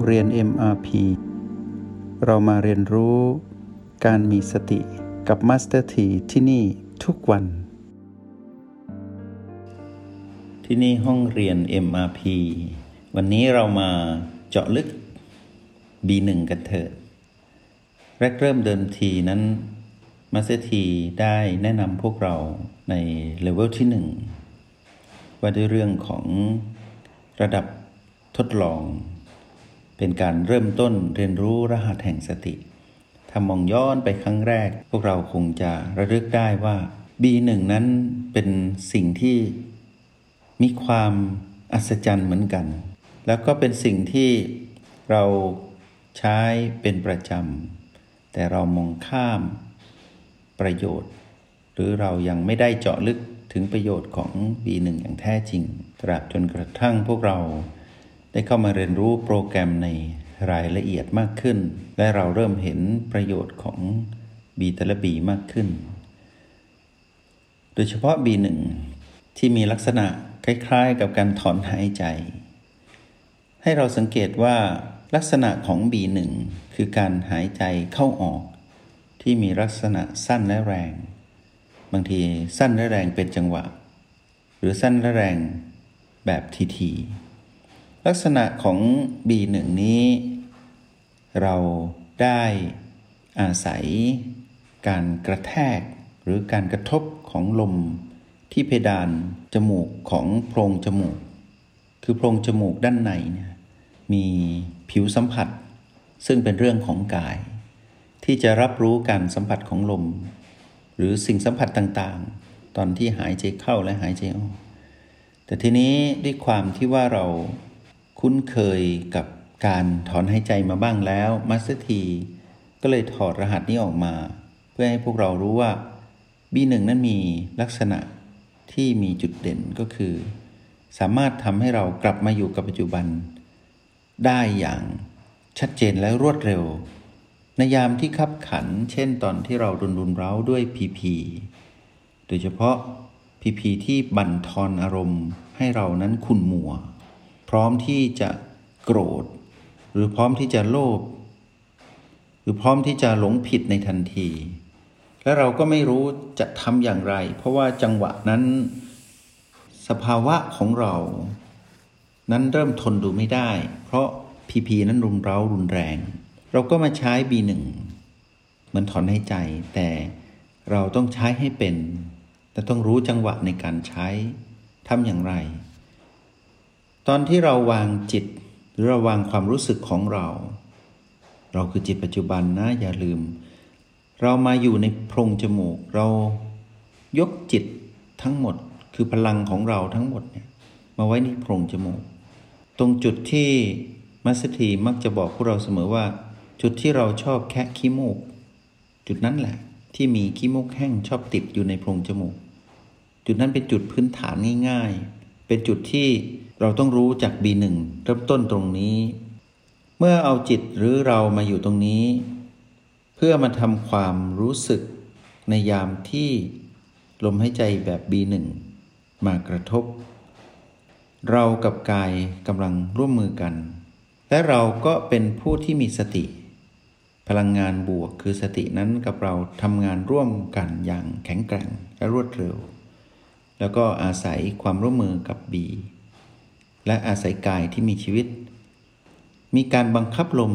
เรียน MRP เรามาเรียนรู้การมีสติกับ Master T ที่นี่ทุกวันที่นี่ห้องเรียน MRP วันนี้เรามาเจาะลึก B1 กันเถิดแรกเริ่มเดิมทีนั้น Master T ได้แนะนำพวกเราในเลเวลที่1ว่าด้วยเรื่องของระดับทดลองเป็นการเริ่มต้นเรียนรู้รหัสแห่งสติถ้ามองย้อนไปครั้งแรกพวกเราคงจะระลึกได้ว่า B1 นั้นเป็นสิ่งที่มีความอัศจรรย์เหมือนกันแล้วก็เป็นสิ่งที่เราใช้เป็นประจำแต่เรามองข้ามประโยชน์หรือเรายังไม่ได้เจาะลึกถึงประโยชน์ของ B1 อย่างแท้จริงตราบจนกระทั่งพวกเราได้เข้ามาเรียนรู้โปรแกรมในรายละเอียดมากขึ้นและเราเริ่มเห็นประโยชน์ของ B แต่ละ B มากขึ้นโดยเฉพาะ B1 ที่มีลักษณะคล้ายๆกับการถอนหายใจให้เราสังเกตว่าลักษณะของ B1 คือการหายใจเข้าออกที่มีลักษณะสั้นและแรงบางทีสั้นและแรงเป็นจังหวะหรือสั้นและแรงแบบทีๆลักษณะของ B1 นี้เราได้อาศัยการกระแทกหรือการกระทบของลมที่เพดานจมูกของโพรงจมูกคือโพรงจมูกด้านในเนี่ยมีผิวสัมผัสซึ่งเป็นเรื่องของกายที่จะรับรู้การสัมผัสของลมหรือสิ่งสัมผัสต่างๆตอนที่หายใจเข้าและหายใจออกแต่ทีนี้ด้วยความที่ว่าเราคุ้นเคยกับการถอนหายใจมาบ้างแล้วมาสเตอร์ทีก็เลยถอดรหัสนี้ออกมาเพื่อให้พวกเรารู้ว่า B1 นั้นมีลักษณะที่มีจุดเด่นก็คือสามารถทำให้เรากลับมาอยู่กับปัจจุบันได้อย่างชัดเจนและรวดเร็วในยามที่คับขันเช่นตอนที่เรารุนเร้าด้วย PP โดยเฉพาะ PP ที่บั่นทอนอารมณ์ให้เรานั้นขุ่นมัวพร้อมที่จะโกรธหรือพร้อมที่จะโลภหรือพร้อมที่จะหลงผิดในทันทีและเราก็ไม่รู้จะทำอย่างไรเพราะว่าจังหวะนั้นสภาวะของเรานั้นเริ่มทนดูไม่ได้เพราะ PP นั้นรุนแรงรุนแรงเราก็มาใช้ B1 เหมือนถอนหายใจแต่เราต้องใช้ให้เป็นแต่ต้องรู้จังหวะในการใช้ทำอย่างไรตอนที่เราวางจิตหรือเราวางความรู้สึกของเราคือจิตปัจจุบันนะอย่าลืมเรามาอยู่ในโพรงจมูกเรายกจิตทั้งหมดคือพลังของเราทั้งหมดเนี่ยมาไว้ในโพรงจมูกตรงจุดที่มัสถีมักจะบอกพวกเราเสมอว่าจุดที่เราชอบแคะขี้มูกจุดนั้นแหละที่มีขี้มูกแห้งชอบติดอยู่ในโพรงจมูกจุดนั้นเป็นจุดพื้นฐานง่ายๆเป็นจุดที่เราต้องรู้จาก B1 เริ่มต้นตรงนี้เมื่อเอาจิตหรือเรามาอยู่ตรงนี้เพื่อมาทำความรู้สึกในยามที่ลมหายใจแบบ B1 มากระทบเรากับกายกำลังร่วมมือกันและเราก็เป็นผู้ที่มีสติพลังงานบวกคือสตินั้นกับเราทำงานร่วมกันอย่างแข็งแกร่งและรวดเร็วแล้วก็อาศัยความร่วมมือกับ B และอาศัยกายที่มีชีวิตมีการบังคับลม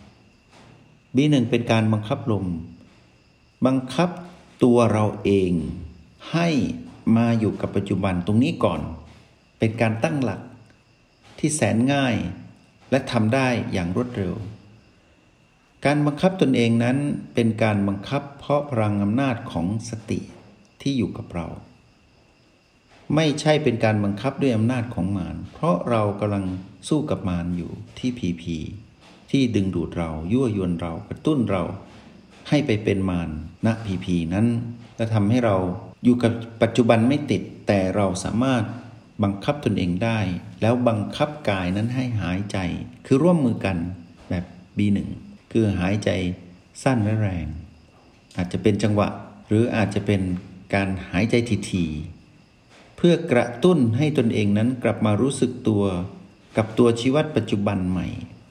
B1 เป็นการบังคับลมบังคับตัวเราเองให้มาอยู่กับปัจจุบันตรงนี้ก่อนเป็นการตั้งหลักที่แสนง่ายและทำได้อย่างรวดเร็วการบังคับตนเองนั้นเป็นการบังคับเพราะพลังอำนาจของสติที่อยู่กับเราไม่ใช่เป็นการบังคับด้วยอำนาจของมารเพราะเรากำลังสู้กับมารอยู่ที่ PP ที่ดึงดูดเรายั่วยวนเรากระตุ้นเราให้ไปเป็นมารณ PP นั้นและทำให้เราอยู่กับปัจจุบันไม่ติดแต่เราสามารถบังคับตนเองได้แล้วบังคับกายนั้นให้หายใจคือร่วมมือกันแบบ B1 คือหายใจสั้นและแรงอาจจะเป็นจังหวะหรืออาจจะเป็นการหายใจถี่ๆเพื่อกระตุ้นให้ตนเองนั้นกลับมารู้สึกตัวกับตัวชีวิตปัจจุบันใหม่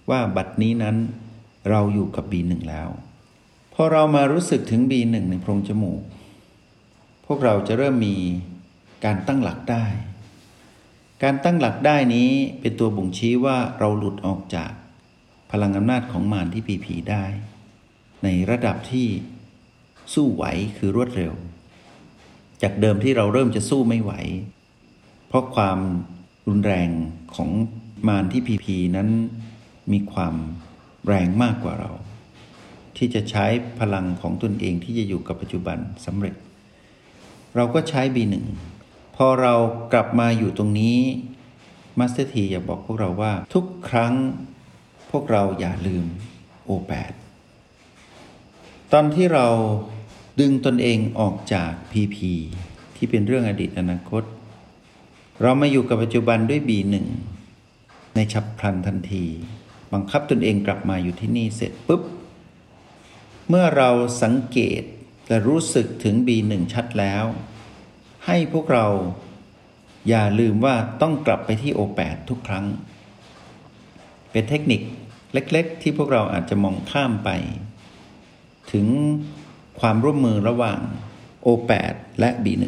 ว่าบัดนี้นั้นเราอยู่กับ B1 แล้วพอเรามารู้สึกถึง B1 ในโพรงจมูกพวกเราจะเริ่มมีการตั้งหลักได้การตั้งหลักได้นี้เป็นตัวบ่งชี้ว่าเราหลุดออกจากพลังอำนาจของมารที่ผีได้ในระดับที่สู้ไหวคือรวดเร็วจากเดิมที่เราเริ่มจะสู้ไม่ไหวเพราะความรุนแรงของมารที่ผีนั้นมีความแรงมากกว่าเราที่จะใช้พลังของตนเองที่จะอยู่กับปัจจุบันสำเร็จเราก็ใช้ B1 พอเรากลับมาอยู่ตรงนี้มาสเตอร์ทีอยากบอกพวกเราว่าทุกครั้งพวกเราอย่าลืม O8 ตอนที่เราดึงตนเองออกจาก PP ที่เป็นเรื่องอดีตอนาคตเรามาอยู่กับปัจจุบันด้วย B1 ในฉับพลันทันทีบังคับตนเองกลับมาอยู่ที่นี่เสร็จปุ๊บเมื่อเราสังเกตและรู้สึกถึง B1 ชัดแล้วให้พวกเราอย่าลืมว่าต้องกลับไปที่ O8 ทุกครั้งเป็นเทคนิคเล็กๆที่พวกเราอาจจะมองข้ามไปถึงความร่วมมือระหว่าง O8 และ B1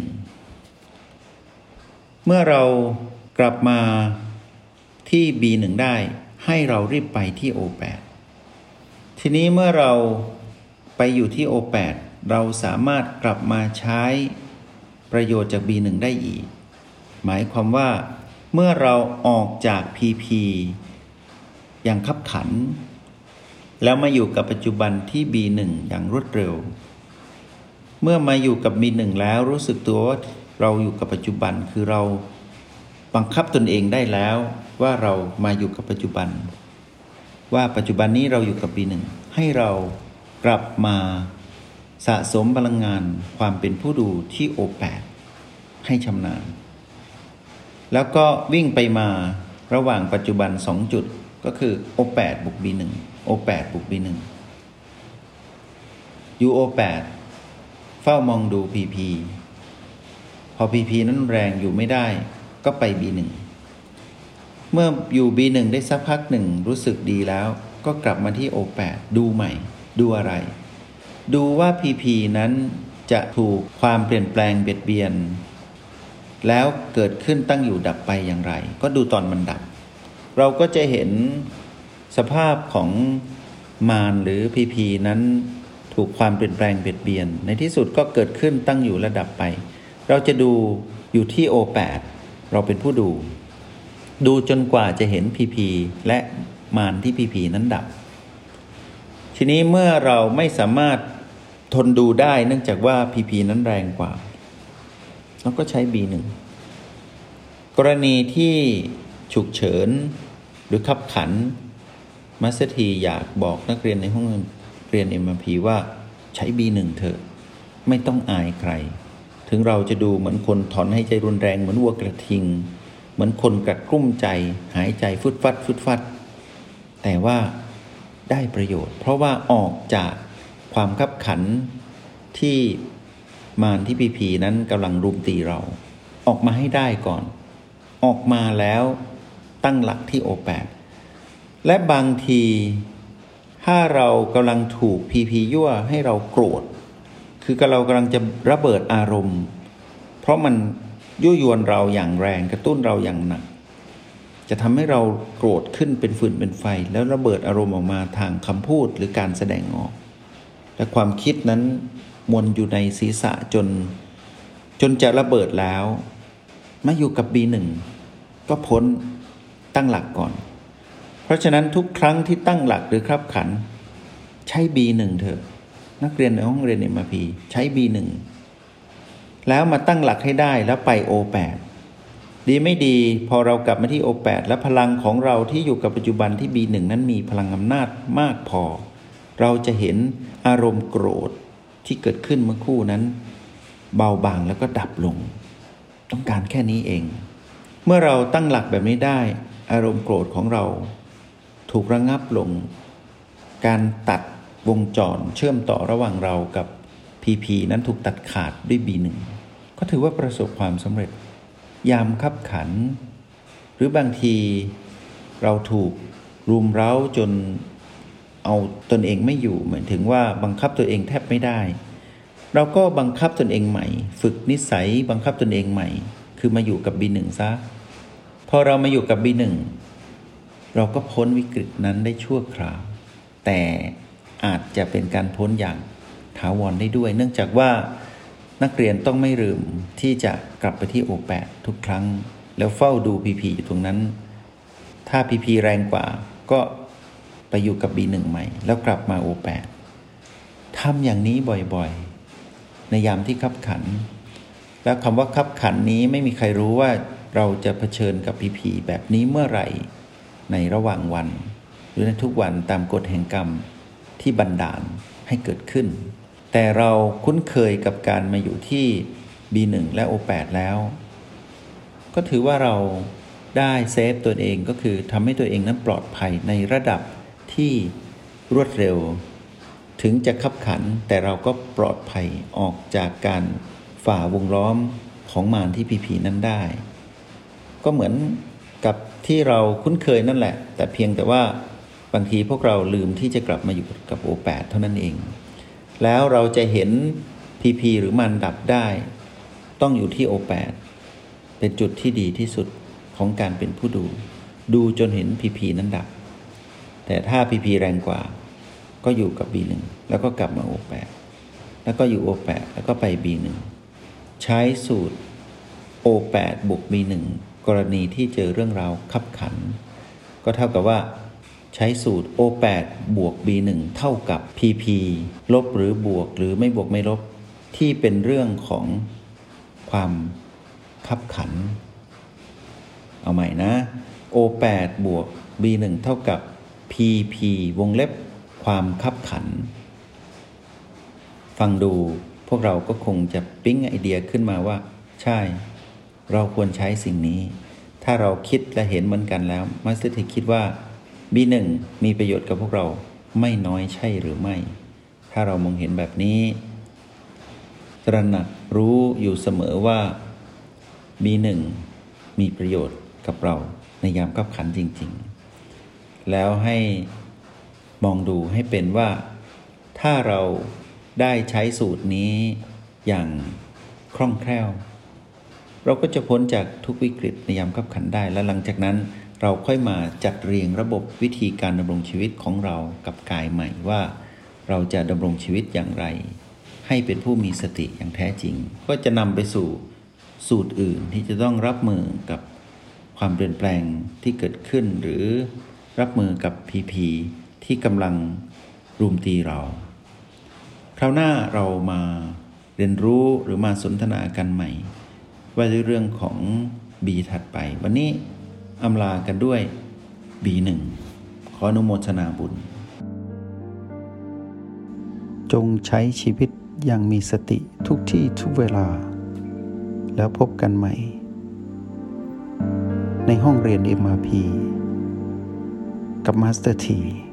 เมื่อเรากลับมาที่ B1 ได้ให้เรารีบไปที่ O8 ทีนี้เมื่อเราไปอยู่ที่ O8 เราสามารถกลับมาใช้ประโยชน์จาก B1 ได้อีกหมายความว่าเมื่อเราออกจาก PP อย่างคับขันแล้วมาอยู่กับปัจจุบันที่ B1 อย่างรวดเร็วเมื่อมาอยู่กับ B1 แล้วรู้สึกตัวว่าเราอยู่กับปัจจุบันคือเราบังคับตนเองได้แล้วว่าเรามาอยู่กับปัจจุบันว่าปัจจุบันนี้เราอยู่กับ B1 ให้เรากลับมาสะสมพลังงานความเป็นผู้ดูที่ O8 ให้ชำนาญแล้วก็วิ่งไปมาระหว่างปัจจุบัน2จุดก็คือ O8 บวก B1 O8 บวก B1 อยู่ O8 เฝ้ามองดู PP พอ PP นั้นแรงอยู่ไม่ได้ก็ไป B1 เมื่ออยู่ B1 ได้สักพักหนึ่งรู้สึกดีแล้วก็กลับมาที่ O8 ดูใหม่ดูอะไรดูว่า PP นั้นจะถูกความเปลี่ยนแปลงเบียดเบียนแล้วเกิดขึ้นตั้งอยู่ดับไปอย่างไรก็ดูตอนมันดับเราก็จะเห็นสภาพของมารหรือ PP นั้นถูกความเปลี่ยนแปลงเบียดเบียนในที่สุดก็เกิดขึ้นตั้งอยู่และดับไปเราจะดูอยู่ที่ O8 เราเป็นผู้ดูจนกว่าจะเห็น PP และมารที่ PP นั้นดับทีนี้เมื่อเราไม่สามารถทนดูได้เนื่องจากว่า PP นั้นแรงกว่าเราก็ใช้ B1 กรณีที่ฉุกเฉินหรือขับขันมาสเตอร์ทีอยากบอกนักเรียนในห้องเรียน MRP ว่าใช้ B1 เถอะไม่ต้องอายใครถึงเราจะดูเหมือนคนถอนหายใจรุนแรงเหมือนวัวกระทิงเหมือนคนกระกลุ้มใจหายใจฟุดฟัดแต่ว่าได้ประโยชน์เพราะว่าออกจากความขับขันที่มารที่ PP นั้นกำลังรุมตีเราออกมาให้ได้ก่อนออกมาแล้วตั้งหลักที่ O8 และบางทีถ้าเรากำลังถูก PP ยั่วให้เราโกรธคือเรากำลังจะระเบิดอารมณ์เพราะมันยั่วยวนเราอย่างแรงกระตุ้นเราอย่างหนักจะทำให้เราโกรธขึ้นเป็นฟืนเป็นไฟแล้วระเบิดอารมณ์ออกมาทางคำพูดหรือการแสดงออกและความคิดนั้นมวนอยู่ในศีรษะจนจะระเบิดแล้วมาอยู่กับ B1 ก็พ้นตั้งหลักก่อนเพราะฉะนั้นทุกครั้งที่ตั้งหลักหรือคับขันใช้ B1 เถอะนักเรียนในห้องเรียน MRP ใช้ B1 แล้วมาตั้งหลักให้ได้แล้วไป O8 ดีไม่ดีพอเรากลับมาที่ O8 และพลังของเราที่อยู่กับปัจจุบันที่ B1 นั้นมีพลังอำนาจมากพอเราจะเห็นอารมณ์โกรธที่เกิดขึ้นเมื่อครู่นั้นเบาบางแล้วก็ดับลงต้องการแค่นี้เองเมื่อเราตั้งหลักแบบนี้ได้อารมณ์โกรธของเราถูกระงับลงการตัดวงจรเชื่อมต่อระหว่างเรากับ PP นั้นถูกตัดขาดด้วย B1 ก็ถือว่าประสบความสำเร็จยามคับขันหรือบางทีเราถูกรุมเร้าจนเอาตนเองไม่อยู่หมายถึงว่าบังคับตัวเองแทบไม่ได้เราก็บังคับตนเองใหม่ฝึกนิสัยบังคับตนเองใหม่คือมาอยู่กับ B1 ซะพอเรามาอยู่กับ B1 เราก็พ้นวิกฤตนั้นได้ชั่วคราวแต่อาจจะเป็นการพ้นอย่างถาวรได้ด้วยเนื่องจากว่านักเรียนต้องไม่ลืมที่จะกลับไปที่ O8 ทุกครั้งแล้วเฝ้าดู PP อยู่ตรงนั้นถ้า PP แรงกว่าก็ไปอยู่กับ B1 ใหม่แล้วกลับมา O8 ทำอย่างนี้บ่อยๆในยามที่คับขันแล้วคำว่าคับขันนี้ไม่มีใครรู้ว่าเราจะเผชิญกับ PP แบบนี้เมื่อไหร่ในระหว่างวันหรือในทุกวันตามกฎแห่งกรรมที่บันดาลให้เกิดขึ้นแต่เราคุ้นเคยกับการมาอยู่ที่ B1 และ O8 แล้วก็ถือว่าเราได้เซฟตัวเองก็คือทำให้ตัวเองนั้นปลอดภัยในระดับที่รวดเร็วถึงจะคับขันแต่เราก็ปลอดภัยออกจากการฝ่าวงล้อมของมารที่ผี นั้นได้ก็เหมือนกับที่เราคุ้นเคยนั่นแหละแต่เพียงแต่ว่าบางทีพวกเราลืมที่จะกลับมาอยู่กับ O8 เท่านั้นเองแล้วเราจะเห็น PP หรือมารดับได้ต้องอยู่ที่ O8 เป็นจุดที่ดีที่สุดของการเป็นผู้ดูจนเห็น PP นั้นดับแต่ถ้า PP แรงกว่าก็อยู่กับ B1 แล้วก็กลับมา O8 แล้วก็อยู่ O8 แล้วก็ไป B1 ใช้สูตร O8 บวก B1 กรณีที่เจอเรื่องราวคับขันก็เท่ากับว่าใช้สูตร O8 บวก B1 เท่ากับ PP ลบหรือบวกหรือไม่บวกไม่ลบที่เป็นเรื่องของความคับขันเอาใหม่นะ O8 บวก B1 เท่ากับ PP วงเล็บความคับขันฟังดูพวกเราก็คงจะปิ๊งไอเดียขึ้นมาว่าใช่เราควรใช้สิ่งนี้ถ้าเราคิดและเห็นเหมือนกันแล้วมาสเตอร์ทีคิดว่า B1 มีประโยชน์กับพวกเราไม่น้อยใช่หรือไม่ถ้าเรามองเห็นแบบนี้ตระหนักรู้อยู่เสมอว่า B1 มีประโยชน์กับเราในยามคับขันจริงๆแล้วให้มองดูให้เป็นว่าถ้าเราได้ใช้สูตรนี้อย่างคล่องแคล่วเราก็จะพ้นจากทุกวิกฤตในยามคับขันได้และหลังจากนั้นเราค่อยมาจัดเรียงระบบวิธีการดำรงชีวิตของเรากับกายใหม่ว่าเราจะดำรงชีวิตอย่างไรให้เป็นผู้มีสติอย่างแท้จริงก็จะนำไปสู่สูตรอื่นที่จะต้องรับมือกับความเปลี่ยนแปลงที่เกิดขึ้นหรือรับมือกับ PP ที่กำลังรุมตีเราคราวหน้าเรามาเรียนรู้หรือมาสนทนากันใหม่ว่าด้วยเรื่องของ B ถัดไปวันนี้อำลากันด้วย B1 ขออนุโมทนาบุญจงใช้ชีวิตอย่างมีสติทุกที่ทุกเวลาแล้วพบกันใหม่ในห้องเรียน MRP กับมาสเตอร์ที